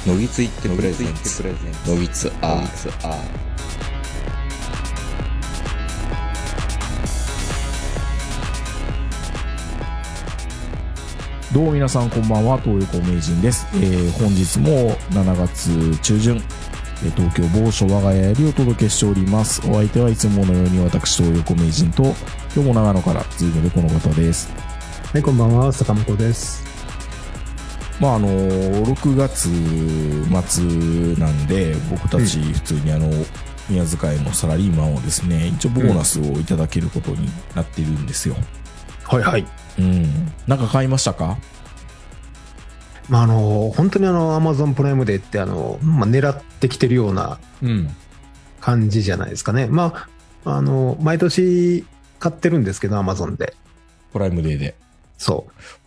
のぎついってプレゼンツのぎつアー。 どうも皆さんこんばんは、東横名人です。本日も7月中旬、東京某所我が家よりお届けしております。お相手はいつものように私東横名人と、今日も長野からズームでこの方です。 はい、こんばんは、坂本です。 6月末なんで、僕たち普通に宮塚へのサラリーマンをですね、一応ボーナスをいただけることになっているんですよ。 はいはい。 なんか買いましたか？ 本当にAmazon プライムデーって狙ってきてるような感じじゃないですかね。毎年買ってるんですけど、Amazon で。 プライムデーで。 そう。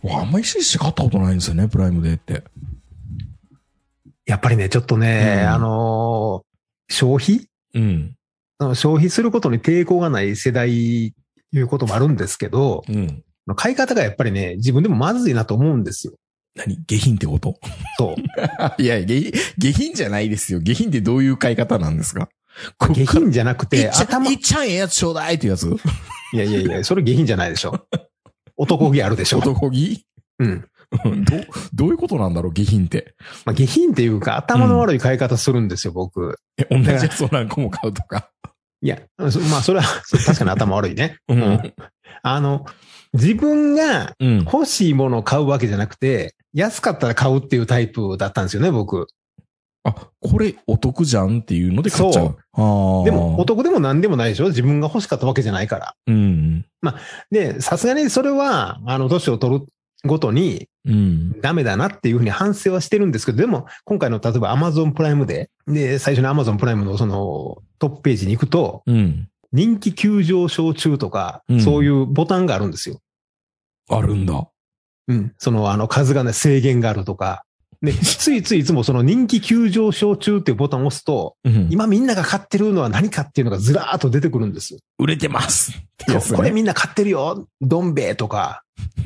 あんまり意識して買ったことないんですよね、プライムデーって。 やっぱりね、ちょっとね、消費消費することに抵抗がない世代いうこともあるんですけど、買い方がやっぱりね、自分でもまずいなと思うんですよ。 下品ってこと？そう。いや、下品じゃないですよ。下品ってどういう買い方なんですか？ 下品じゃなくて、 いっちゃんええやつちょうだいっていうやつ？ いや、それ下品じゃないでしょ。男気あるでしょ。 男気？どういうことなんだろう、下品って。 下品っていうか、頭の悪い買い方するんですよ、僕。 同じやつを何個も買うとか。 いや、それは、確かに頭悪いね。自分が欲しいものを買うわけじゃなくて、安かったら買うっていうタイプだったんですよね、僕。 あ、これお得じゃんっていうので買っちゃう。 でも、お得でも何でもないでしょ？自分が欲しかったわけじゃないから。で、さすがにそれは、年を取るごとに、ダメだなっていうふうに反省はしてるんですけど、でも、今回の例えば Amazon プライムで、最初に Amazon プライムのそのトップページに行くと、人気急上昇中とか、そういうボタンがあるんですよ。 あるんだ。 数がね、制限があるとか。で、ついつもその人気急上昇中っていうボタンを押すと、今みんなが買ってるのは何かっていうのがずらーっと出てくるんですよ。 売れてますってやつね。 これみんな買ってるよ。どん兵衛とか、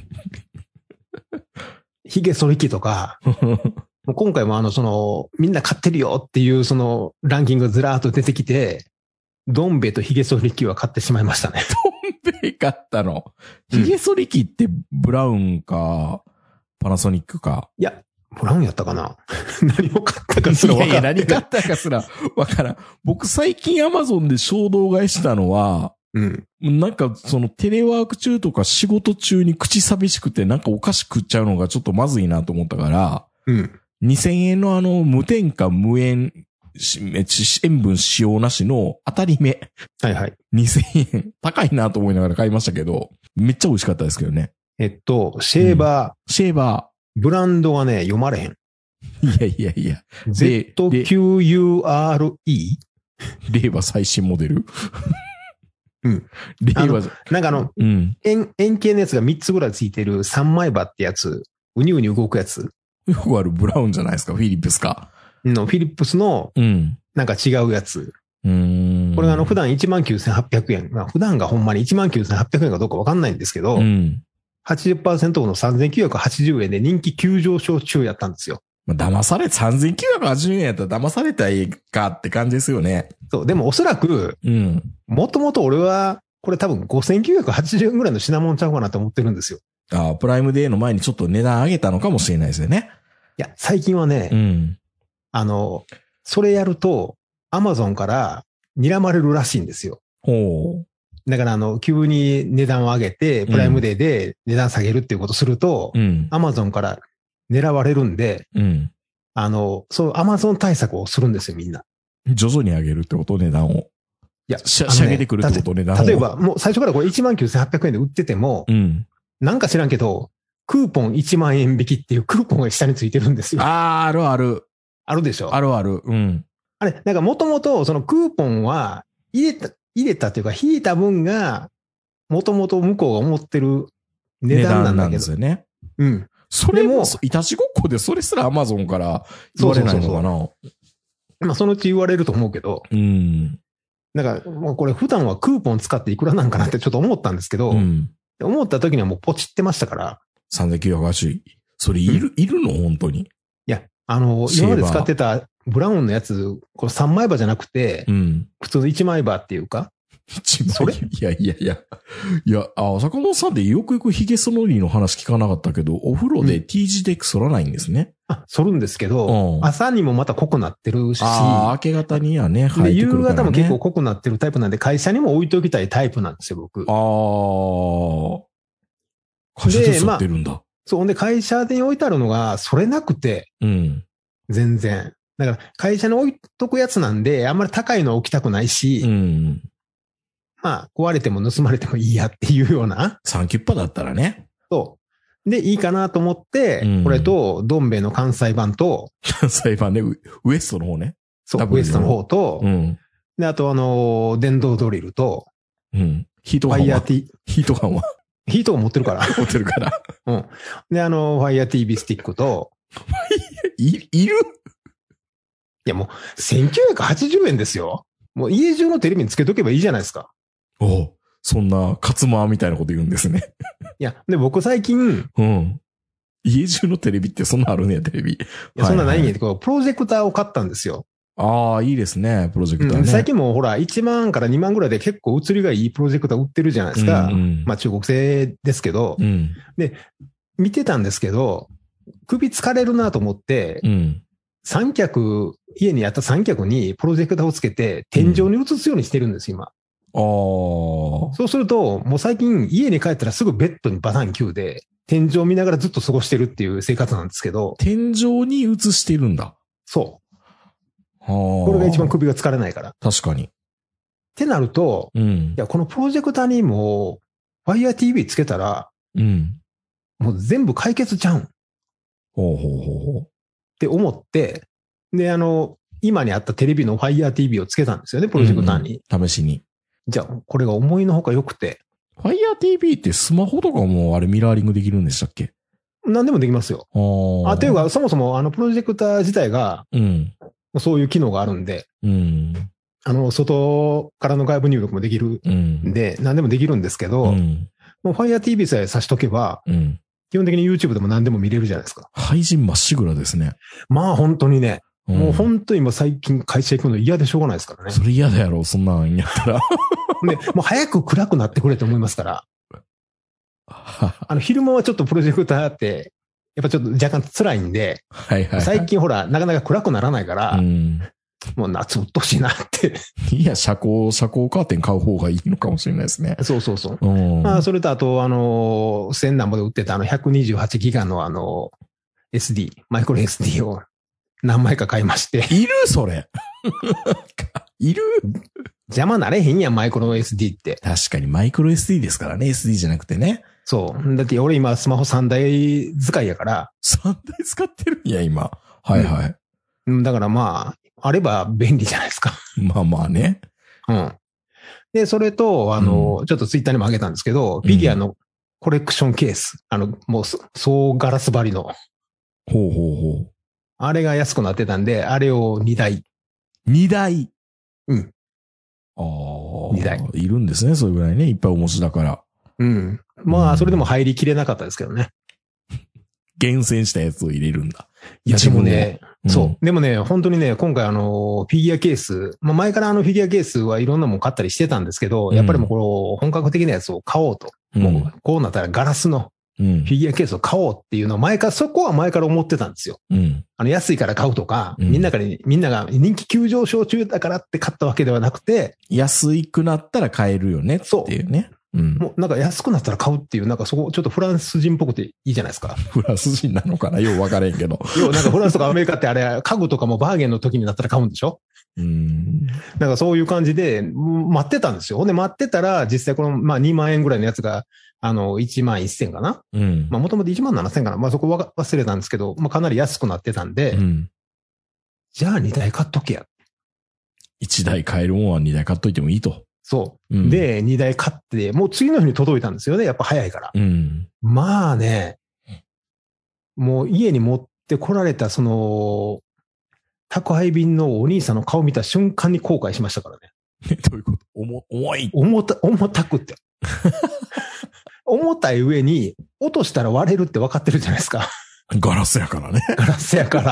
ヒゲ剃り機とか、今回もみんな買ってるよっていうそのランキングがずらーっと出てきて、どん兵衛とヒゲ剃り機は買ってしまいましたね。 どん兵衛買ったの？ヒゲ剃り機ってブラウンか、パナソニックか。 いや、ブラウンやったかな？何を買ったかすら分からん。 何買ったかすら分からん。僕最近 Amazon で衝動買いしたのは、なんかそのテレワーク中とか仕事中に口寂しくてなんかお菓子食っちゃうのがちょっとまずいなと思ったから、2000円の無添加無塩分使用なしの当たり目。 はいはい。 2000円。高いなと思いながら買いましたけど、めっちゃ美味しかったですけどね。 シェーバー。 シェーバー。 ブランドがね、読まれへん。 いや。 ZQURE？ 令和最新モデル？ 令和。なんか円形のやつが3つぐらいついてる3枚刃ってやつ。うにうに動くやつ。 よくあるブラウンじゃないですか、フィリップスか。 フィリップスの、なんか違うやつ。これが普段 19,800 円。普段がほんまに 19,800 円かどうかわかんないんですけど、80% の 3,980 円で人気急上昇中やったんですよ。 3,980 円やったら騙されたらいいかって感じですよね。 そう、でもおそらく、もともと俺は、これ多分 5,980 円ぐらいの品物ちゃうかなと思ってるんですよ。 プライムデーの前にちょっと値段上げたのかもしれないですよね。 いや、最近はね、それやると、Amazon から睨まれるらしいんですよ。だから急に値段を上げて、プライムデーで値段下げるっていうことをすると、Amazon から狙われるんで、そう Amazon 対策をするんですよ、みんな。 徐々に上げるってこと、値段を。いや、仕上げてくるってこと、値段を。 例えば、もう最初からこれ 19,800 円で売ってても、なんか知らんけど、クーポン1万円引きっていうクーポンが下についてるんですよ。 あるある。 あるでしょ？ ある。 あれ、なんかもともとそのクーポンは入れたというか引いた分がもともと向こうが思ってる値段なんだけど。値段なんですよね。それも、いたちごっこでそれすら Amazon から言われないのかな。 そのうち言われると思うけど。なんかもうこれ普段はクーポン使っていくらなんかなってちょっと思ったんですけど、思った時にはもうポチってましたから。 3,980円。それいるの本当に。 いや、 今まで使ってたブラウンのやつ、これ3枚刃じゃなくて、普通の1枚刃っていうか、 それいや、坂本さんってよくよく髭剃りの話聞かなかったけど、お風呂で T 字テック剃らないんですね。 剃るんですけど、朝にもまた濃くなってるし。 明け方にはね、 生えてくるからね。夕方も結構濃くなってるタイプなんで、会社にも置いておきたいタイプなんですよ、僕。 会社で剃ってるんだ。 そう。で、会社に置いてあるのが、それなくて。全然。だから、会社に置いとくやつなんで、あんまり高いの置きたくないし、まあ、壊れても盗まれてもいいやっていうような。 サンキュッパだったらね。 そう。で、いいかなと思って、これと、どん兵衛の関西版と、 関西版ね、ウエストの方ね。 そう、ウエストの方と、で、あと電動ドリルと、 ヒートガンはヒートガン持ってるから。 持ってるから。 で、ファイヤー TV スティックと、 いる？ いやもう、1980円ですよ。もう家中のテレビにつけとけばいいじゃないですか。 そんな、カツマみたいなこと言うんですね。 いや、で、僕最近、 家中のテレビってそんなあるねや、テレビ。いや、そんなないんやけど、プロジェクターを買ったんですよ。 いいですね、プロジェクターね。 最近もほら、1万から2万ぐらいで結構映りがいいプロジェクター売ってるじゃないですか。まあ中国製ですけど。で、見てたんですけど、首疲れるなと思って、家にあった三脚にプロジェクターをつけて、天井に映すようにしてるんです、今。そうすると、もう最近家に帰ったらすぐベッドにバタン9で、天井見ながらずっと過ごしてるっていう生活なんですけど。 天井に映してるんだ。 そう。これが一番首が疲れないから。 確かに。 ってなると、いや、このプロジェクターにも、Fire TV つけたら、もう全部解決ちゃうん。って思って、で、今にあったテレビの Fire TV をつけたんですよね、プロジェクターに。 試しに。 じゃあ、これが思いのほか良くて。 Fire TV ってスマホとかもあれミラーリングできるんでしたっけ？ 何でもできますよ。というか、そもそもプロジェクター自体が、そういう機能があるんで、外からの外部入力もできるんで、何でもできるんですけど、もう Fire TV さえ差しとけば、基本的に YouTube でも何でも見れるじゃないですか。 配信まっしぐらですね。 まあ本当にね、もう本当に今最近会社行くの嫌でしょうがないですからね。 それ嫌だやろ、そんなんやったら。 ね、もう早く暗くなってくれと思いますから。昼間はちょっとプロジェクターって、やっぱちょっと若干辛いんで、最近ほら、なかなか暗くならないから、もう夏うっとうしいなって。 いや、遮光カーテン買う方がいいのかもしれないですね。 そうそうそう。まあ、それとあと、1000何ぼで売ってた128ギガのSD、マイクロ SD を何枚か買いまして。 いるそれ。いる邪魔なれへんやん、マイクロ SD って。 確かにマイクロ SD ですからね、SD じゃなくてね。 そう。だって俺今スマホ3台使いやから。 3台使ってるんや、今。はいはい。 だからまあ、あれば便利じゃないですか。 まあまあね。 で、それと、ちょっとツイッターにも上げたんですけど、フィギュアのコレクションケース。もう、総ガラス張りの。あれが安くなってたんで、あれを2台。 2台？ 2台。 いるんですね、そういうぐらいね。いっぱいお持ちだから。 まあ、それでも入りきれなかったですけどね。 厳選したやつを入れるんだ。 いや、でもね、そう。でもね、本当にね、今回フィギュアケース、まあ前からフィギュアケースはいろんなもん買ったりしてたんですけど、やっぱりもうこの本格的なやつを買おうと。もうこうなったらガラスのフィギュアケースを買おうっていうのをそこは前から思ってたんですよ。安いから買うとか、みんなが人気急上昇中だからって買ったわけではなくて。 安くなったら買えるよねっていうね。 もうなんか安くなったら買うっていう、なんかそこちょっとフランス人っぽくていいじゃないですか。 フランス人なのかなよう分からへんけど。 なんかフランスとかアメリカってあれ、家具とかもバーゲンの時になったら買うんでしょ？なんかそういう感じで待ってたんですよ。ほんで待ってたら実際このまあ2万円ぐらいのやつが1万1000かな？まあもともと1万7000かな？まあそこ忘れたんですけど、まあかなり安くなってたんで、じゃあ2台買っとけや。 1台買えるもんは2台買っといてもいいと。 そう。で、2台買って、もう次の日に届いたんですよね。やっぱ早いから。まあね、もう家に持ってこられた宅配便のお兄さんの顔見た瞬間に後悔しましたからね。 どういうこと？重い。 重たくって。重たい上に落としたら割れるって分かってるじゃないですか。 ガラスやからね。 ガラスやから。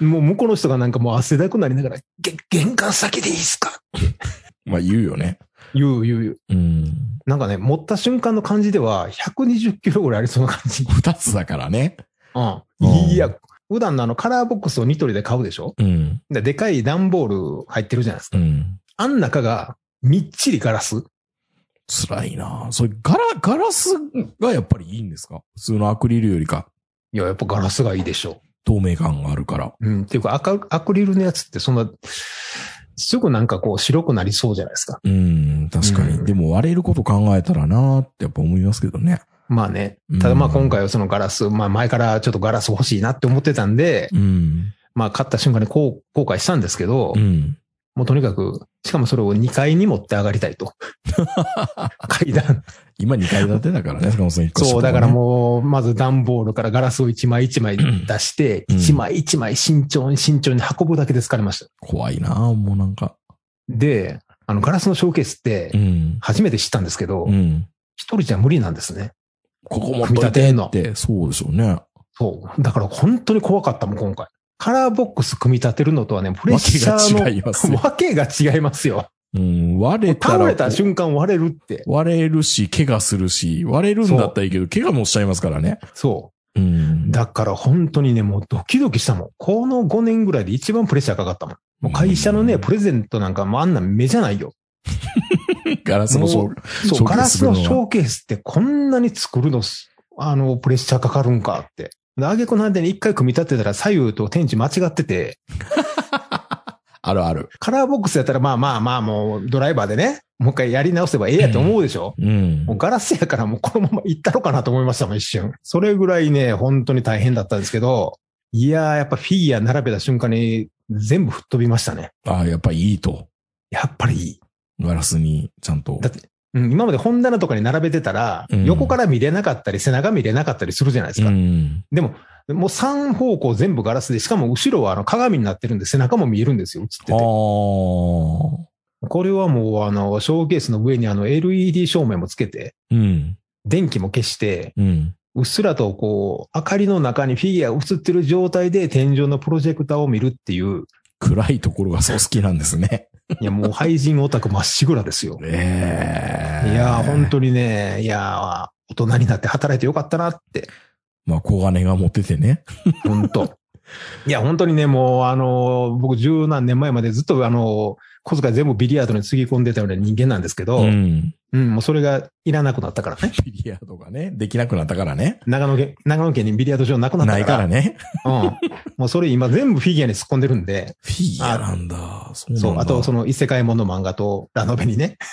もう向こうの人がなんかもう汗だくなりながら、玄関先でいいっすかって。 まあ言うよね。 言う。なんかね、持った瞬間の感じでは、120キロぐらいありそうな感じ。 2つだからね。 いや、普段のカラーボックスをニトリで買うでしょ。でかい段ボール入ってるじゃないですか。あん中がみっちりガラス。 辛いなぁ。それガラスがやっぱりいいんですか？普通のアクリルよりか。 いや、やっぱガラスがいいでしょ。 透明感があるから。 っていうか、アクリルのやつってそんな、すぐなんかこう白くなりそうじゃないですか。 確かに。でも割れること考えたらなーってやっぱ思いますけどね。 まあね。ただまあ今回はそのガラス、まあ前からちょっとガラス欲しいなって思ってたんで、まあ買った瞬間に後悔したんですけど、もうとにかく、しかもそれを2階に持って上がりたいと。階段。 今2階建てだからね、坂本さん1個、 そう、だからもう、まず段ボールからガラスを1枚1枚出して、1枚1枚慎重に運ぶだけで疲れました。 怖いなぁ、もうなんか。 で、ガラスのショーケースって、初めて知ったんですけど、一人じゃ無理なんですね。 ここも組み立てんのって、そうでしょうね。 そう。だから本当に怖かったもん、今回。カラーボックス組み立てるのとはね、プレッシャーのわけが違いますよ。 割れたら。 倒れた瞬間割れるって。 割れるし、怪我するし、割れるんだったらいいけど、怪我もしちゃいますからね。 そう。だから本当にね、もうドキドキしたもん。この5年ぐらいで一番プレッシャーかかったもん。もう会社のね、プレゼントなんかもあんな目じゃないよ。 ガラスのショーケース。 そう、ガラスのショーケースってこんなに作るの、プレッシャーかかるんかって。あげくなんでに一回組み立てたら左右と天地間違ってて。 あるある。 カラーボックスやったらまあもうドライバーでね、もう一回やり直せばええやと思うでしょ。もうガラスやからもうこのまま行ったのかなと思いましたもん、一瞬。それぐらいね、本当に大変だったんですけど、いやー、やっぱフィギュア並べた瞬間に全部吹っ飛びましたね。 ああ、やっぱりいいと。 やっぱりいい。 ガラスにちゃんと。 だって、今まで本棚とかに並べてたら、横から見れなかったり、背中見れなかったりするじゃないですか。でも、もう3方向全部ガラスで、しかも後ろは鏡になってるんで背中も見えるんですよ、映ってて。これはもうショーケースの上にLED 照明もつけて、電気も消して、うっすらとこう、明かりの中にフィギュアが映ってる状態で天井のプロジェクターを見るっていう。 暗いところがそう好きなんですね。 いや、もう廃人オタクまっしぐらですよ。いや、本当にね、いや、大人になって働いてよかったなって。 まあ、小金が持っててね。 本当。いや、本当にね、もう、僕十何年前までずっと小遣い全部ビリヤードにつぎ込んでたような人間なんですけど、もうそれがいらなくなったからね。 ビリヤードがね、できなくなったからね。 長野県にビリヤード場なくなったから。 ないからね。 もうそれ今全部フィギュアに突っ込んでるんで。 フィギュアなんだ。 そう。あとその異世界もの漫画とラノベにね。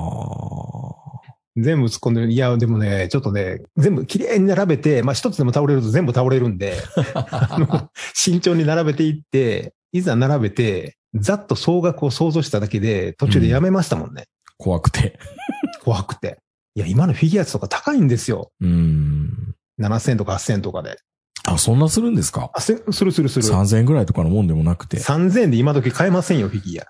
全部突っ込んでる。いや、でもね、ちょっとね、全部綺麗に並べて、まあ一つでも倒れると全部倒れるんで、慎重に並べていって、いざ並べて、ざっと総額を想像しただけで、途中でやめましたもんね。 怖くて。 怖くて。いや、今のフィギュアとか高いんですよ。7000とか8000とかで。 あ、そんなするんですか？ する。 3000円ぐらいとかのもんでもなくて。 3000円で今時買えませんよ、フィギュア。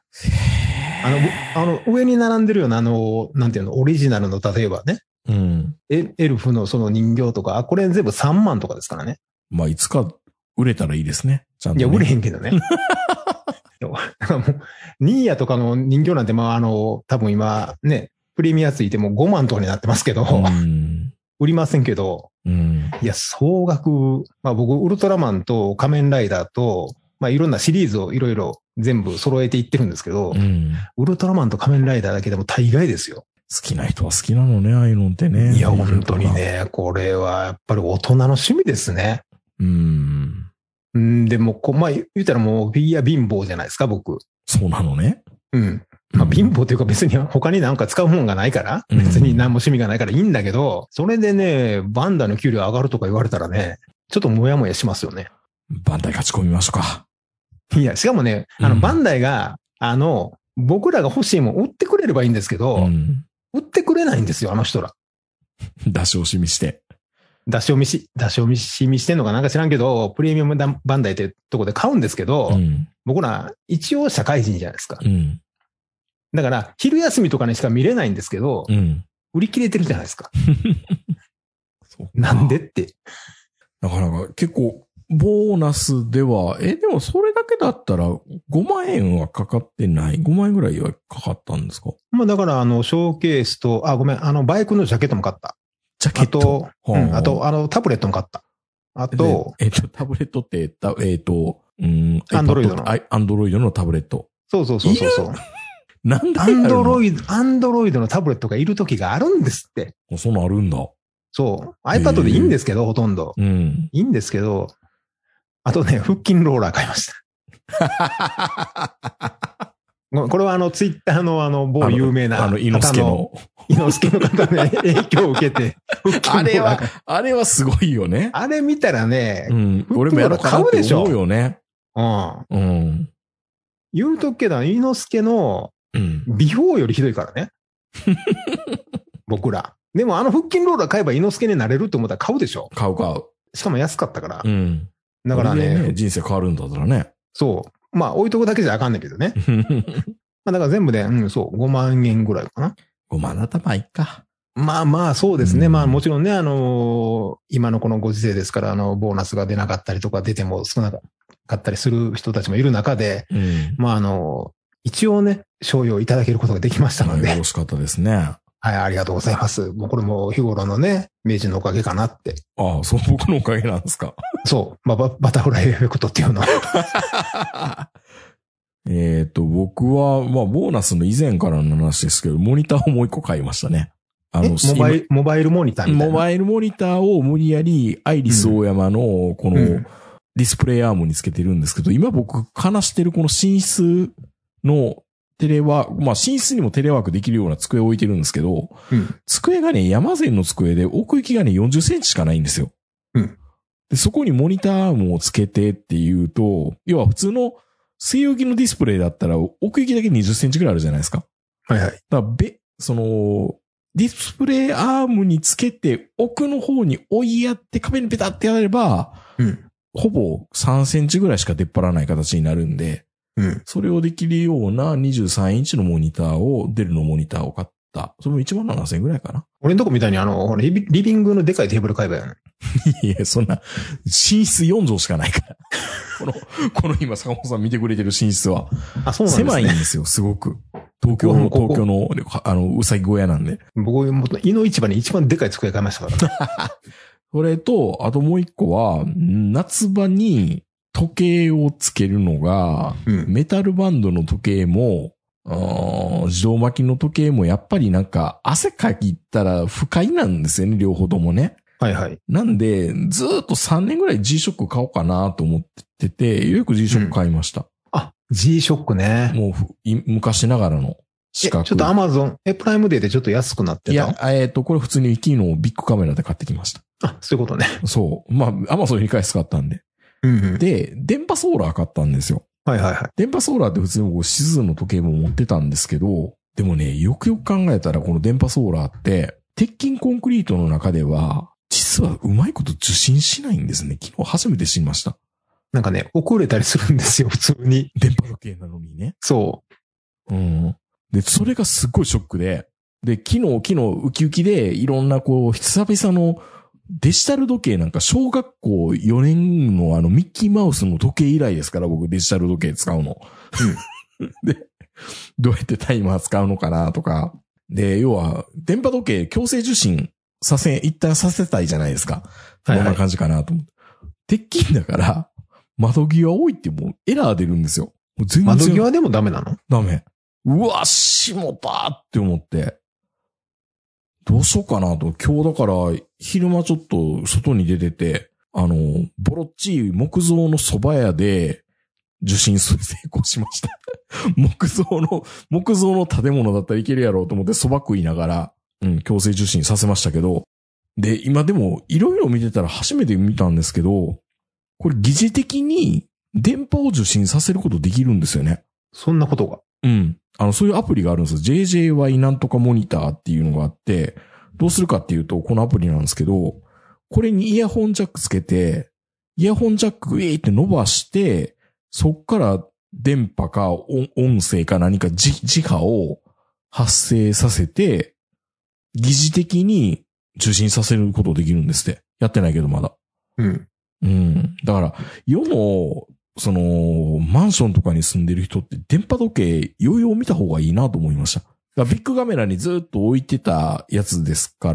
上に並んでるような、なんていうの、オリジナルの、例えばね。エルフのその人形とか、これ全部3万とかですからね。 まあ、いつか売れたらいいですね。ちゃんと、ね。 いや、売れへんけどね。もう、ニーヤとかの人形なんて、まあ、多分今、ね、プレミアついても5万とかになってますけど、売りませんけど、いや、総額、まあ僕、ウルトラマンと仮面ライダーと、まあいろんなシリーズをいろいろ全部揃えていってるんですけど、ウルトラマンと仮面ライダーだけでも大概ですよ。 好きな人は好きなのね、ああいうのってね。 いや、本当にね、これはやっぱり大人の趣味ですね。でも、まあ言ったらもうフィギュア貧乏じゃないですか、僕。 そうなのね。 まあ貧乏というか別に他になんか使うもんがないから、別に何も趣味がないからいいんだけど、それでね、バンダの給料上がるとか言われたらね、ちょっともやもやしますよね。 バンダイ勝ち込みましょうか。 いや、しかもね、バンダイが、僕らが欲しいもん売ってくれればいいんですけど、売ってくれないんですよ、あの人ら。 出し惜しみして。 出し惜しみしてんのかなんか知らんけど、プレミアムバンダイってとこで買うんですけど、僕ら一応社会人じゃないですか。だから、昼休みとかにしか見れないんですけど、売り切れてるじゃないですか。なんでって。 なかなか結構ボーナスでは、でもそれだけだったら5万円はかかってない。5万円ぐらいはかかったんですか？ まあだから、ショーケースと、ごめん、バイクのジャケットも買った。 ジャケット？ あと、タブレットも買った。あと、 タブレットって、アンドロイドの。 アンドロイドのタブレット。 そう。 なんでアンドロイドのタブレットがいる時があるんですって。 そんなあるんだ。 そう。iPad でいいんですけど、ほとんど。いいんですけど、あとね、腹筋ローラー買いました。これはツイッターの某有名な伊之助の方の影響を受けて、 あれはすごいよね。 あれ見たらね、 俺もやろうかなって思うよね。 言うとくけど、伊之助のビフォーよりひどいからね。僕ら。でも腹筋ローラー買えば伊之助になれると思ったら買うでしょ？ 買う。 しかも安かったから。だからね。 人生変わるんだったらね。 そう。まあ置いとくだけじゃあかんねんけどね。だから全部で、そう、5万円ぐらいかな。 5万頭いいか。 まあ、そうですね。まあもちろんね、今のこのご時世ですから、ボーナスが出なかったりとか出ても少なかったりする人たちもいる中で、まあ一応ね、賞与をいただけることができましたので。 よろしかったですね。 はい、ありがとうございます。もうこれも日頃のね、名人のおかげかなって。 ああ、そう、僕のおかげなんですか。 そう。まあ、バタフライエフェクトっていうのは。 僕は、まあ、ボーナスの以前からの話ですけど、モニターをもう一個買いましたね。 モバイルモニターみたいな。 モバイルモニターを無理やり、アイリスオーヤマの、この、ディスプレイアームにつけてるんですけど、今僕話してるこの寝室のテレワーク、まあ寝室にもテレワークできるような机を置いてるんですけど、机がね、山善の机で奥行きがね、40センチしかないんですよ。で、そこにモニターアームをつけてっていうと、要は普通の据え置きのディスプレイだったら奥行きだけ20センチぐらいあるじゃないですか。 はいはい。 だからディスプレイアームにつけて奥の方に追いやって壁にペタってやれば、ほぼ3センチぐらいしか出っ張らない形になるんで、それをできるような23インチのモニターを、デルのモニターを買った。それも17000円ぐらいかな。 俺のとこみたいにリビングのでかいテーブル買えばよね。 いや、そんな、寝室4畳しかないから。この今坂本さん見てくれてる寝室は。 あ、そうなんですね。 狭いんですよ、すごく。東京のうさぎ小屋なんで。 僕、井の市場に一番でかい机買いましたから。 それと、あともう一個は、夏場に時計をつけるのが、メタルバンドの時計も、自動巻きの時計もやっぱりなんか汗かきったら不快なんですよね、両方ともね。 はいはい。 なんで、ずーっと3年ぐらい G-SHOCK 買おうかなと思ってて、よく G-SHOCK 買いました。 G-SHOCK ね。 もう、昔ながらの四角。 ちょっと Amazon、プライムデーでちょっと安くなってた？ いや、これ普通に昨日ビッグカメラで買ってきました。 そういうことね。 そう。まあ、Amazon に返す買ったんで。で、電波ソーラー買ったんですよ。 はいはいはい。 電波ソーラーって普通にシズンの時計も持ってたんですけど、でもね、よくよく考えたらこの電波ソーラーって、鉄筋コンクリートの中では、実はうまいこと受信しないんですね。昨日初めて知りました。 なんかね、遅れたりするんですよ、普通に。 電波時計なのにね。 そう。 で、それがすっごいショックで、昨日ウキウキでいろんな久々のデジタル時計なんか小学校4年のミッキーマウスの時計以来ですから、僕デジタル時計使うの。で、どうやってタイマー使うのかなとか。で、要は、電波時計強制受信一旦させたいじゃないですか。どんな感じかなと思って。鉄筋だから、窓際置いてもエラー出るんですよ。全然窓際でもダメなの？ ダメ。うわ、しもたって思って。どうしようかなと。今日だから、昼間ちょっと外に出てて、ボロっちい木造の蕎麦屋で受信成功しました。木造の建物だったらいけるやろうと思って蕎麦食いながら、強制受信させましたけど。で、今でもいろいろ見てたら初めて見たんですけど、これ疑似的に電波を受信させることできるんですよね。 そんなことが。 そういうアプリがあるんですよ。JJY なんとかモニターっていうのがあって、どうするかっていうと、このアプリなんですけど、これにイヤホンジャックつけて、イヤホンジャックって伸ばして、そっから電波か音声か何か磁波を発生させて、疑似的に受信させることできるんですって。やってないけどまだ。 うん。だから、世の、マンションとかに住んでる人って電波時計、よう見た方がいいなと思いました。だからビッグカメラにずっと置いてたやつですから、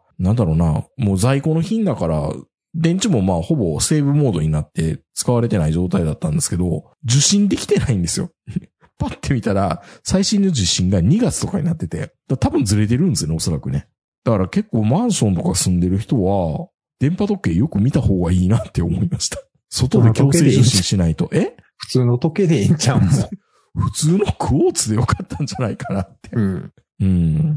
なんだろうな、もう在庫の品だから、電池もまあほぼセーブモードになって使われてない状態だったんですけど、受信できてないんですよ。パッて見たら、最新の受信が2月とかになってて、多分ずれてるんですよね、おそらくね。だから結構マンションとか住んでる人は、電波時計よく見た方がいいなって思いました。外で強制受信しないと。 普通の時計でいいんちゃうんも普通のクォーツでよかったんじゃないかなって。うん。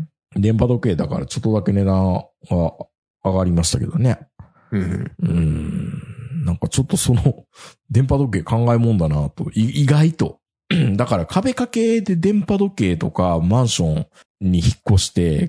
電波時計だからちょっとだけ値段が上がりましたけどね。なんかちょっと電波時計考えもんだなと。意外と。だから壁掛けで電波時計とかマンションに引っ越して、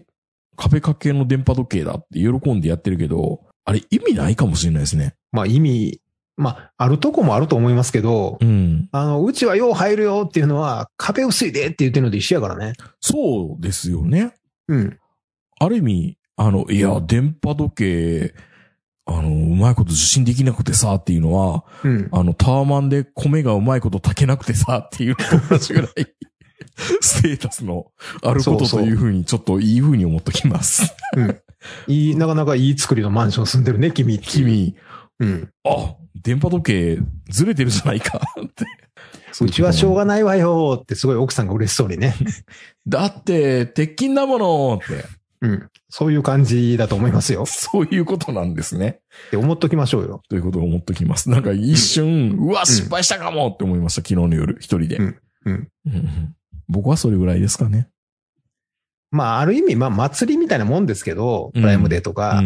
壁掛けの電波時計だって喜んでやってるけど、あれ意味ないかもしれないですね。 まああるとこもあると思いますけど、うちはよう入るよっていうのは壁薄いでって言ってるのと一緒やからね。 そうですよね。ある意味、いや、電波時計、うまいこと受信できなくてさっていうのは、タワマンで米がうまいこと炊けなくてさっていうのと同じぐらい、ステータスのあることというふうに、ちょっといいふうに思っときます。 なかなかいい作りのマンション住んでるね、君。 あ、電波時計ずれてるじゃないかって。 うちはしょうがないわよってすごい奥さんが嬉しそうにね。 だって、鉄筋だものって。 そういう感じだと思いますよ。 そういうことなんですね。 って思っときましょうよ。 ということを思っときます。なんか一瞬、うわ、失敗したかもって思いました。昨日の夜、一人で。僕はそれぐらいですかね。 まあ、ある意味、祭りみたいなもんですけど、プライムデーとか。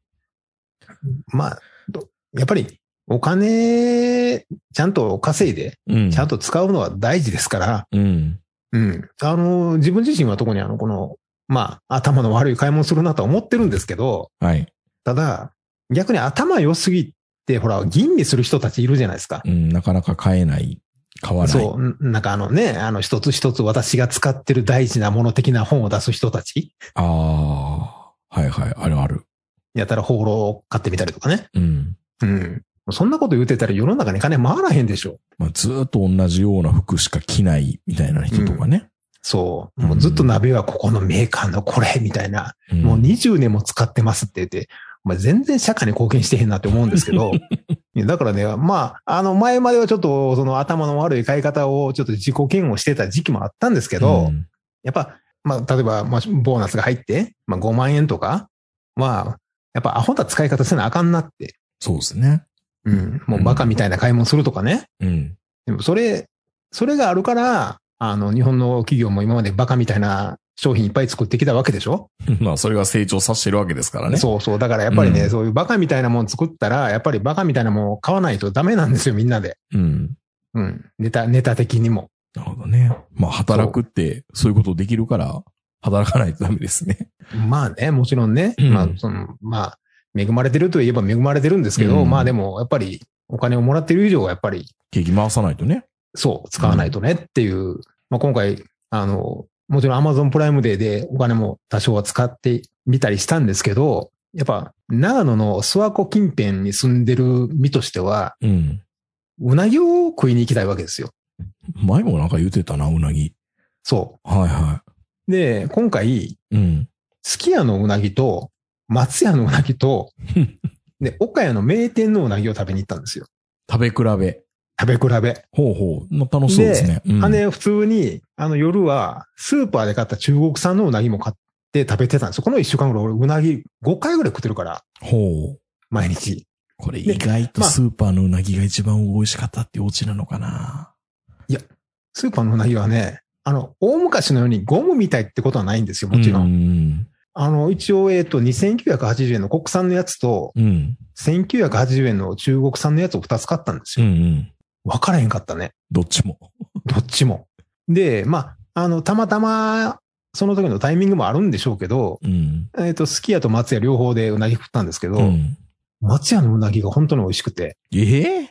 やっぱり、お金、ちゃんと稼いで、ちゃんと使うのは大事ですから、自分自身は特に頭の悪い買い物するなとは思ってるんですけど、ただ、逆に頭良すぎて、ほら、吟味する人たちいるじゃないですか。 なかなか買えない。買わない。 そう、なんか一つ一つ私が使ってる大事なもの的な本を出す人たち。 はいはい、あるある。 やったら放浪を買ってみたりとかね。そんなこと言ってたら世の中に金回らへんでしょ。 ずーっと同じような服しか着ないみたいな人とかね。 そう。もうずっと鍋はここのメーカーのこれみたいな。もう20年も使ってますって言って、全然社会に貢献してへんなって思うんですけど。だからね、前まではちょっとその頭の悪い買い方をちょっと自己嫌悪してた時期もあったんですけど、やっぱ、例えば、ボーナスが入って、5万円とか、やっぱアホな使い方せなあかんなって。 そうですね。 もうバカみたいな買い物するとかね。でもそれがあるから、日本の企業も今までバカみたいな商品いっぱい作ってきたわけでしょ。 それが成長させてるわけですからね。 そうそう。だからやっぱりね、そういうバカみたいなもん作ったら、やっぱりバカみたいなもんを買わないとダメなんですよ、みんなで。ネタ的にも。 なるほどね。働くって、そういうことできるから、働かないとダメですね。 もちろんね。恵まれてるといえば恵まれてるんですけど、でも、やっぱり、お金をもらってる以上はやっぱり。 景気回さないとね。 そう、使わないとねっていう。今回、もちろん Amazon プライムデーでお金も多少は使ってみたりしたんですけど、やっぱ、長野の諏訪湖近辺に住んでる身としては、うなぎを食いに行きたいわけですよ。 前もなんか言ってたな、うなぎ。 そう。 はいはい。 で、今回、すき家のうなぎと、松屋のうなぎと、で、岡谷の名店のうなぎを食べに行ったんですよ。 食べ比べ。 ほう。楽しそうですね。 普通に、夜は、スーパーで買った中国産のうなぎも買って食べてたんですよ。この1週間ぐらい俺、うなぎ5回ぐらい食ってるから。毎日。 これ意外とスーパーのうなぎが一番美味しかったってオチなのかな。 いや、スーパーのうなぎはね、大昔のようにゴムみたいってことはないんですよ、もちろん。一応、2980円の国産のやつと、1980円の中国産のやつを2つ買ったんですよ。分からへんかったね。 どっちも。 で、たまたま、その時のタイミングもあるんでしょうけど、すき家と松屋両方でうなぎ食ったんですけど、松屋のうなぎが本当に美味しくて。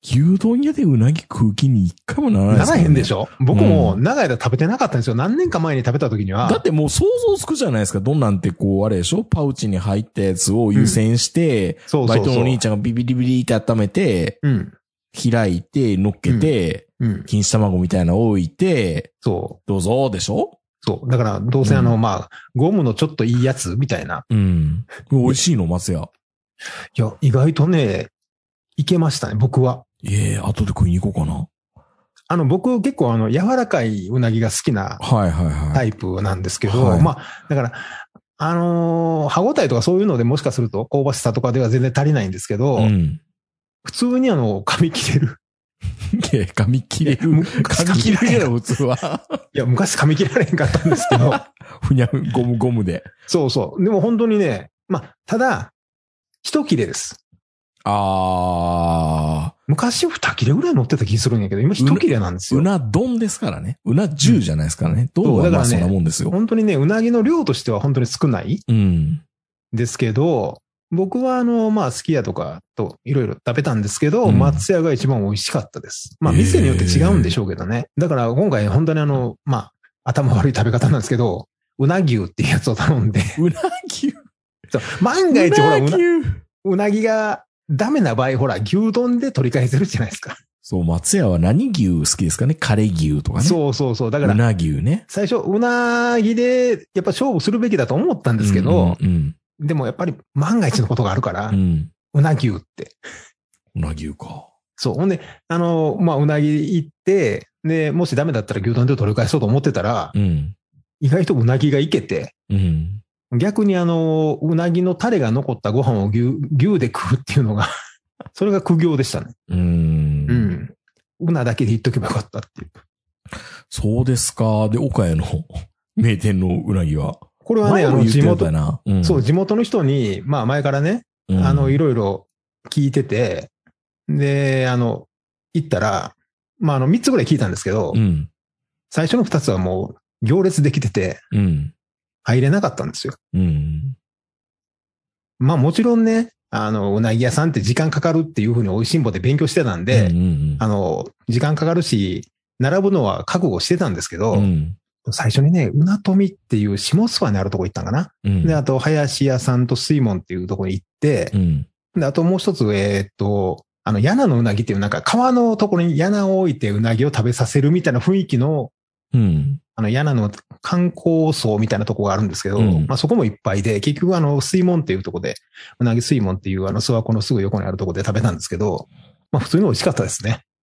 牛丼屋でうなぎ食う気に一回もならないですなからね。 らへんでしょ？僕も長い間食べてなかったんですよ。何年か前に食べた時には。 だってもう想像つくじゃないですか。どんなんてこう、あれでしょ？パウチに入ったやつを湯煎して、バイトのお兄ちゃんがビビリビリって温めて、開いて、乗っけて、錦糸卵みたいなの置いて、どうぞでしょ？そう。 だから、どうせまあ、ゴムのちょっといいやつみたいな。 美味しいの、松屋。 いや、意外とね、いけましたね、僕は。 後で食いに行こうかな。僕結構柔らかいうなぎが好きなタイプなんですけど、まあ、だから、歯応えとかそういうのでもしかすると香ばしさとかでは全然足りないんですけど、普通に噛み切れる。 噛み切れる。噛み切れるやろ、普通は。 いや、昔噛み切られへんかったんですけど。 ふにゃふ、ゴムで。 そうそう。でも本当にね、まあ、ただ、一切れです。昔二切れぐらい乗ってた気するんやけど、今一切れなんですよ。 うな丼ですからね。うな重じゃないですからね。丼はまあそんなもんですよ。 本当にね、うなぎの量としては本当に少ない。ですけど、僕はまあ、すき家とかといろいろ食べたんですけど、松屋が一番美味しかったです。まあ、店によって違うんでしょうけどね。だから今回本当にまあ、頭悪い食べ方なんですけど、うな牛っていうやつを頼んで。 うな牛そう。万が一ほら、うなぎがダメな場合、ほら、牛丼で取り返せるじゃないですか。 そう、松屋は何牛好きですかね？カレ牛とかね。 そうそうそう。だから、 うな牛ね。 最初、うなぎで、やっぱ勝負するべきだと思ったんですけど、でもやっぱり万が一のことがあるから、うな牛って。 うな牛か。 そう。ほんで、まあ、うなぎ行って、で、もしダメだったら牛丼で取り返そうと思ってたら、意外とうなぎがいけて、逆にうなぎのタレが残ったご飯を牛で食うっていうのが、それが苦行でしたね。うなだけで言っとけばよかったっていう。 そうですか。で、岡谷の名店のうなぎは。 これはね、地元の人に、まあ前からね、いろいろ聞いてて、で、行ったら、まあ3つぐらい聞いたんですけど、最初の2つはもう行列できてて、入れなかったんですよ。まあもちろんね、うなぎ屋さんって時間かかるっていうふうに美味しんぼで勉強してたんで、時間かかるし、並ぶのは覚悟してたんですけど、最初にね、うなとみっていう下諏訪にあるとこ行ったんかな。で、あと、林屋さんと水門っていうとこに行って、で、あともう一つ、柳のうなぎっていうなんか川のところに柳を置いてうなぎを食べさせるみたいな雰囲気の、柳の観光層みたいなとこがあるんですけど、まあそこもいっぱいで、結局水門っていうとこで、うなぎ水門っていう諏訪湖のすぐ横にあるとこで食べたんですけど、まあ普通に美味しかったですね。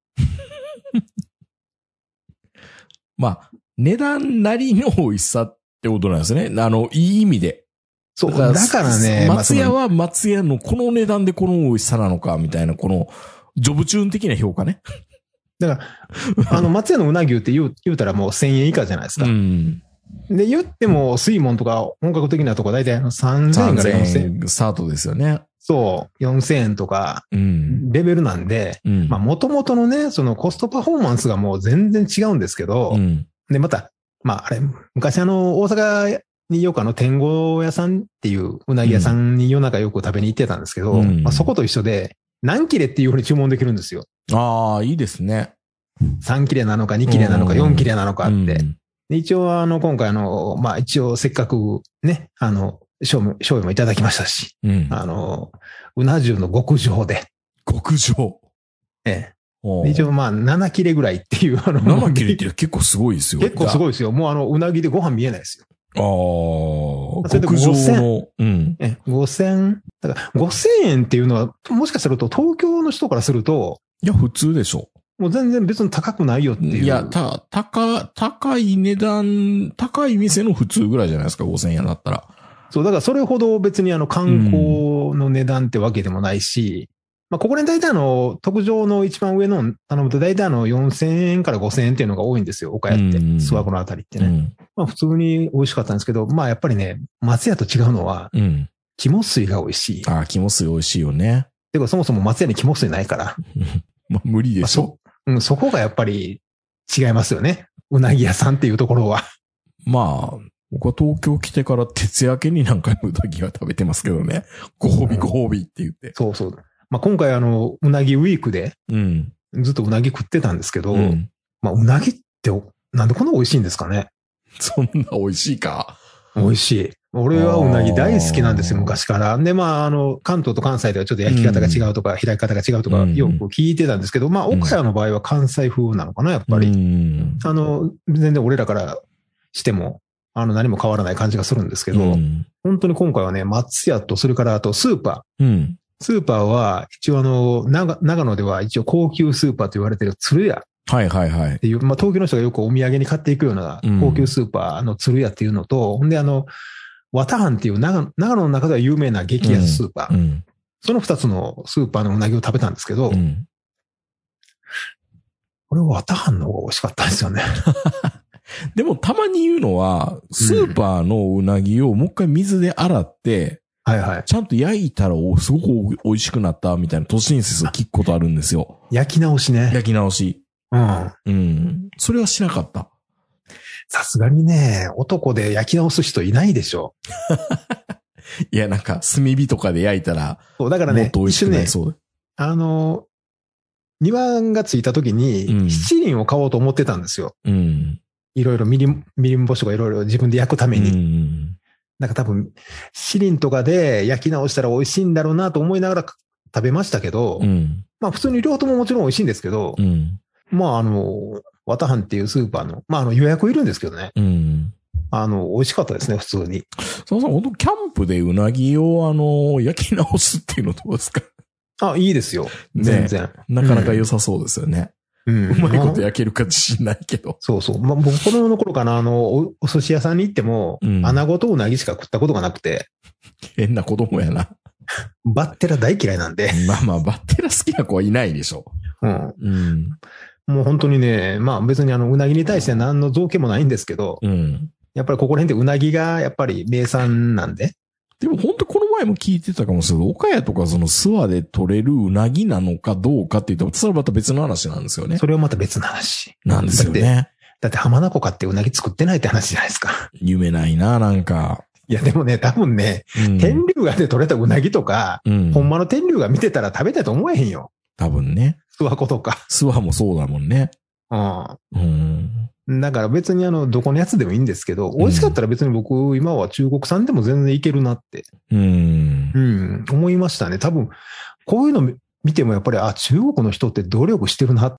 まあ、値段なりの美味しさってことなんですね。いい意味で。 そう。だからね、 松屋は松屋のこの値段でこの美味しさなのか、みたいな、この、ジョブチューン的な評価ね。 だから、松屋のうな牛って言うたらもう1000円以下じゃないですか。で、言っても、水門とか本格的なとこ大体3000円から4000円。 スタートですよね。 そう。4000円とか、レベルなんで、まあ、元々のね、そのコストパフォーマンスがもう全然違うんですけど、で、また、まあ、あれ、昔大阪によく天狗屋さんっていううなぎ屋さんに夜中よく食べに行ってたんですけど、まあ、そこと一緒で、何切れっていうふうに注文できるんですよ。 ああ、いいですね。 3切れなのか2切れなのか4切れなのかって。で一応今回まあ一応せっかくね、醤油もいただきましたし、うな重の極上で。 極上ええ。一応まあ7切れぐらいっていう 7切れって結構すごいですよ。 結構すごいですよ。もううなぎでご飯見えないですよ。 極上の。 5000、だから5000円っていうのは、もしかすると東京の人からすると、 いや、普通でしょ。 もう全然別に高くないよっていう。 いや、高い値段、高い店の普通ぐらいじゃないですか、5000円だったら。 そう、だからそれほど別に観光の値段ってわけでもないし、まあ、ここで大体特上の一番上の頼むと大体4000円から5000円っていうのが多いんですよ、岡谷って。諏訪湖のあたりってね。まあ普通に美味しかったんですけど、まあやっぱりね、松屋と違うのは、肝水が美味しい。 ああ、肝水美味しいよね。 てかそもそも松屋に肝水ないから。 まあ無理でしょ。 そこがやっぱり違いますよね。うなぎ屋さんっていうところは。 まあ、僕は東京来てから徹夜明けに何回もうなぎは食べてますけどね。ご褒美って言って。 そうそう。 まあ、今回うなぎウィークで、ずっとうなぎ食ってたんですけど、まあ、うなぎってなんでこんな美味しいんですかね。 そんな美味しいか。 美味しい。俺はうなぎ大好きなんですよ、昔から。で、まあ、関東と関西ではちょっと焼き方が違うとか、開き方が違うとか、よく聞いてたんですけど、まあ、岡山の場合は関西風なのかな、やっぱり。全然俺らからしても、何も変わらない感じがするんですけど、本当に今回はね、松屋と、それからあとスーパー。スーパーは、一応長野では一応高級スーパーと言われてる鶴屋。 はいはいはい。 っていう、まあ、東京の人がよくお土産に買っていくような高級スーパーの鶴屋っていうのと、ほんで綿藩っていう長野の中では有名な激安スーパー。その2つのスーパーのうなぎを食べたんですけど、これは綿藩の方が美味しかったんですよね。 でもたまに言うのは、スーパーのうなぎをもう一回水で洗って、 はいはい。 ちゃんと焼いたらすごく美味しくなったみたいな都市伝説を聞くことあるんですよ。 焼き直しね。 焼き直し。それはしなかった。 さすがにね、男で焼き直す人いないでしょ。 いや、なんか、炭火とかで焼いたら、 そう、だからね、 もっと美味しくなりそうだ。 庭がついた時に、七輪を買おうと思ってたんですよ。いろいろみりん干しとかいろいろ自分で焼くために。なんか多分、七輪とかで焼き直したら美味しいんだろうなと思いながら食べましたけど、まあ普通に両方とももちろん美味しいんですけど、まあ綿藩っていうスーパーの、まあ予約いるんですけどね。美味しかったですね、普通に。 そうそう、本当キャンプでうなぎを焼き直すっていうのどうですか？ あ、いいですよ。全然。 なかなか良さそうですよね。うまいこと焼けるか自信ないけど。 そうそう。まあ、僕子供の頃かな、お寿司屋さんに行っても、穴子とうなぎしか食ったことがなくて。 変な子供やな。 バッテラ大嫌いなんで。 まあまあ、バッテラ好きな子はいないでしょ。 もう本当にね、まあ別にうなぎに対して何の造形もないんですけど、やっぱりここら辺でうなぎがやっぱり名産なんで。 でも本当この前も聞いてたかもしれない。岡谷とかその諏訪で取れるうなぎなのかどうかって言ったら、それはまた別の話なんですよね。 それはまた別の話。 なんですよね。 だって浜名湖かってうなぎ作ってないって話じゃないですか。 夢ないな、なんか。 いやでもね、多分ね、天竜川で取れたうなぎとか、ほんまの天竜川見てたら食べたいと思えへんよ。 多分ね。 諏訪湖とか。 諏訪もそうだもんね。 だから別にどこのやつでもいいんですけど、美味しかったら別に僕、今は中国産でも全然いけるなって。思いましたね。多分、こういうの見てもやっぱり、中国の人って努力してるな。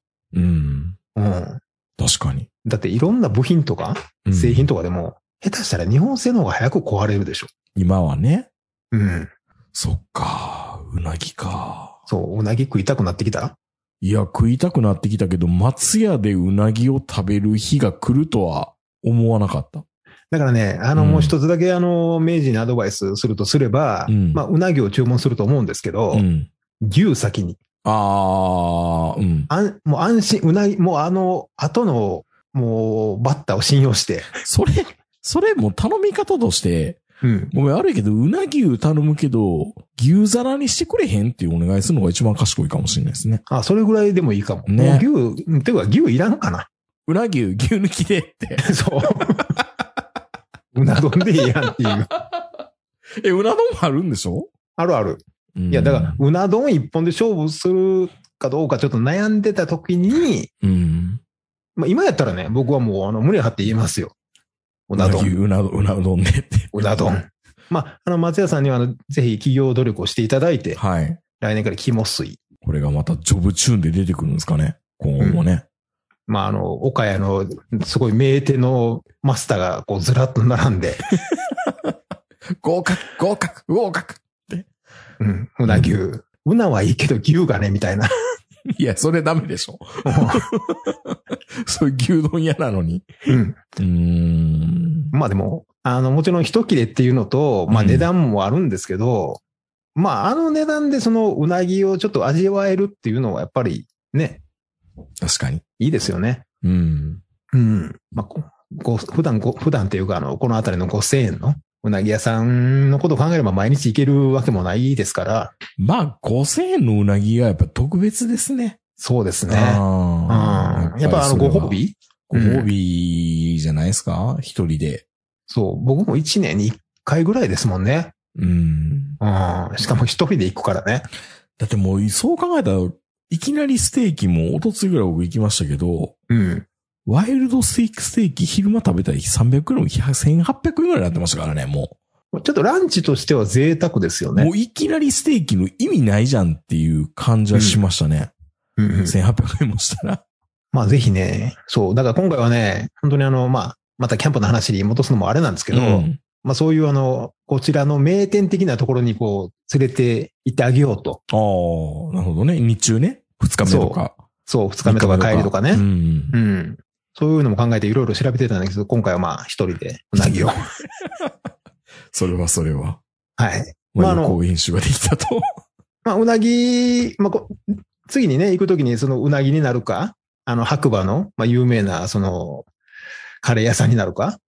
確かに。 だっていろんな部品とか、製品とかでも、下手したら日本製の方が早く壊れるでしょ。 今はね。そっか、うなぎか。 そう、うなぎ食いたくなってきた？ いや、食いたくなってきたけど、松屋でうなぎを食べる日が来るとは思わなかった。 だからね、もう一つだけ明治にアドバイスするとすれば、まあ、うなぎを注文すると思うんですけど、牛先に。もう安心、うなぎ、もう後の、もう、バッタを信用して。 それもう頼み方として、ごめん、悪いけど、うなぎ頼むけど、牛皿にしてくれへんっていうお願いするのが一番賢いかもしれないですね。 それぐらいでもいいかも。ね。牛、てか牛いらんかな。 うなぎ、牛抜きでって。 そう。うな丼でいいやんっていう。 うな丼もあるんでしょ？ あるある。いや、だから、うな丼一本で勝負するかどうかちょっと悩んでた時に、まあ今やったらね、僕はもう胸張って言えますよ。うな丼。 うな丼でって。 うな丼。まあ、松屋さんにはぜひ企業努力をしていただいて、 はい。 来年から肝水。 これがまたジョブチューンで出てくるんですかね。今後もね。 まあ、岡谷のすごい名店のマスターがこうずらっと並んで。 合格って。 うな牛。うなはいいけど牛がね、みたいな。 いや、それダメでしょ。そういう牛丼屋なのに。 まあでも、もちろん一切れっていうのと、まあ値段もあるんですけど、まあ値段でそのうなぎをちょっと味わえるっていうのはやっぱりね。 確かに。 いいですよね。まあ、普段っていうかこのあたりの5000円のうなぎ屋さんのことを考えれば毎日行けるわけもないですから。 まあ5000円のうなぎがやっぱ特別ですね。 そうですね。やっぱご褒美？ ご褒美じゃないですか？一人で。 そう。僕も1年に1回ぐらいですもんね。しかも一人で行くからね。 だってもう、そう考えたら、いきなりステーキも、おとついぐらい僕行きましたけど、 うん。 ワイルドステーキ昼間食べたら300円も1800円ぐらいになってましたからね、もう。ちょっとランチとしては贅沢ですよね。 もういきなりステーキの意味ないじゃんっていう感じはしましたね。うん。1800円もしたら。 まあぜひね、そう。だから今回はね、本当にまたキャンプの話に戻すのもあれなんですけど、まあそういうこちらの名店的なところに連れて行ってあげようと。 ああ、なるほどね。日中ね。2日目とか。 そう、2日目とか帰りとかね。うん。そういうのも考えていろいろ調べてたんだけど、今回は一人でうなぎを。 それは。 はい。 まあ予行演習ができたと。 まあうなぎ、次にね、行くときにそのうなぎになるか、白馬の、有名な、カレー屋さんになるか。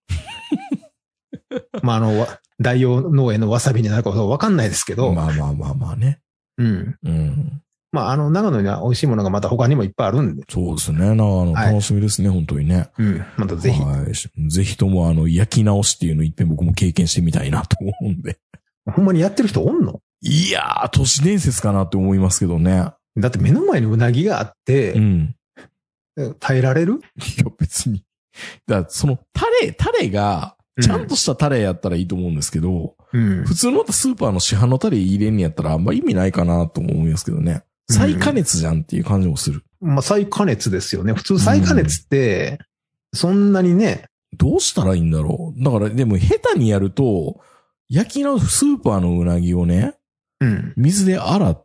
大王農園のわさびになるかわかんないですけど。 まあね。 うん。長野には美味しいものがまた他にもいっぱいあるんで。 そうですね。長野楽しみですね、本当にね。 うん。またぜひ。 はい。ぜひとも焼き直しっていうのを一遍僕も経験してみたいなと思うんで。 ほんまにやってる人おんの？ いやー、都市伝説かなって思いますけどね。 だって目の前にうなぎがあって、耐えられる？ いや、別に。だからそのタレが、ちゃんとしたタレやったらいいと思うんですけど、普通のまたスーパーの市販のタレ入れんにやったらあんま意味ないかなと思いますけどね。再加熱じゃんっていう感じもする。 再加熱ですよね。普通再加熱って、そんなにね。 どうしたらいいんだろう。だからでも下手にやると、焼きのスーパーのうなぎをね、水で洗って、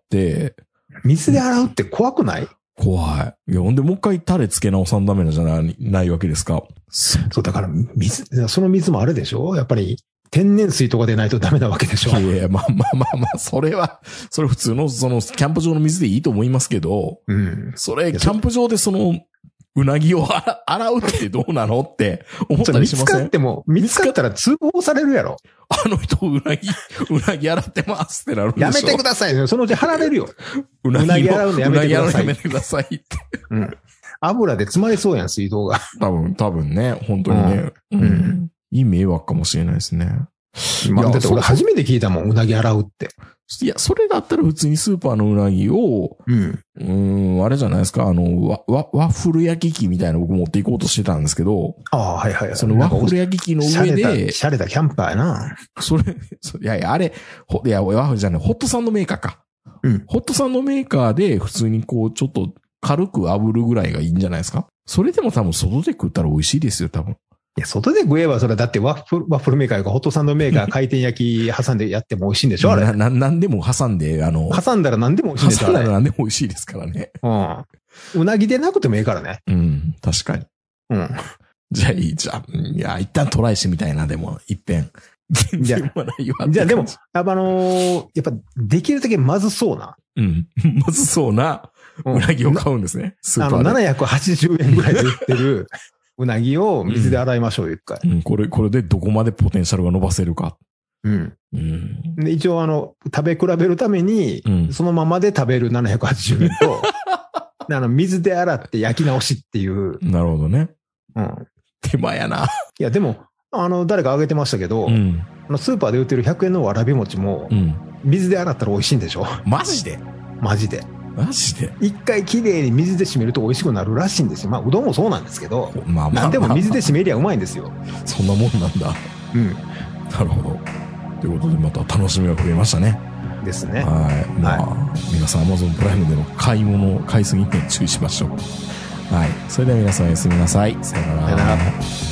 水で洗うって怖くない？ 怖い。いや、ほんでもう一回タレつけ直さんダメなんじゃないわけですか。 そう、だからその水もあれでしょ？やっぱり天然水とかでないとダメなわけでしょ？ いや、まあ、それ普通のキャンプ場の水でいいと思いますけど、それ、キャンプ場でうなぎを洗うってどうなのって思ったりしません？ 見つかったら通報されるやろ。 あの人うなぎ洗ってますってなるんでしょ。 やめてくださいね。そのうち貼られるよ。 うなぎ洗うのやめてください。やめてくださいって。 油で詰まりそうやん、水道が。 多分ね、本当にね。いい迷惑かもしれないですね。 だって俺初めて聞いたもん、うなぎ洗うって。 いや、それだったら普通にスーパーのうなぎを、あれじゃないですか、ワッフル焼き器みたいな僕持っていこうとしてたんですけど、 はいはい。 そのワッフル焼き器の上で、 シャレたキャンパーやな。 いや、ワッフルじゃない、ホットサンドメーカーか。ホットサンドメーカーで普通にちょっと軽く炙るぐらいがいいんじゃないですか。それでも多分外で食ったら美味しいですよ、多分。 いや、外で食えばそれだってワッフルメーカーとかホットサンドメーカー回転焼き挟んでやっても美味しいんでしょあれ。 なんでも挟んで、 挟んだら何でも美味しいんでしょ挟んだら何でも美味しいですからね。 うなぎでなくてもいいからね。 確かに。じゃあ一旦トライしてみたいな、でも、一遍。 じゃあでも、やっぱできるだけまずそうな。 まずそうなうなぎを買うんですね。スーパーで。 780円ぐらいで売ってる。うなぎを水で洗いましょう、一回。 これでどこまでポテンシャルが伸ばせるか。 で一応食べ比べるために、そのままで食べる780円と、水で洗って焼き直しっていう。 なるほどね。手間やな。 いや、でも、誰かあげてましたけど、スーパーで売ってる100円のわらび餅も、水で洗ったら美味しいんでしょ？ マジで一回きれいに水で締めると美味しくなるらしいんですよ。うどんもそうなんですけど、なんでも水で締めりゃうまいんですよ。 そんなもんなんだ。なるほど。ということでまた楽しみが増えましたね。 ですね。 皆さん Amazon プライムでの買いすぎに注意しましょう。はい。それでは皆さんおやすみなさい。さよなら。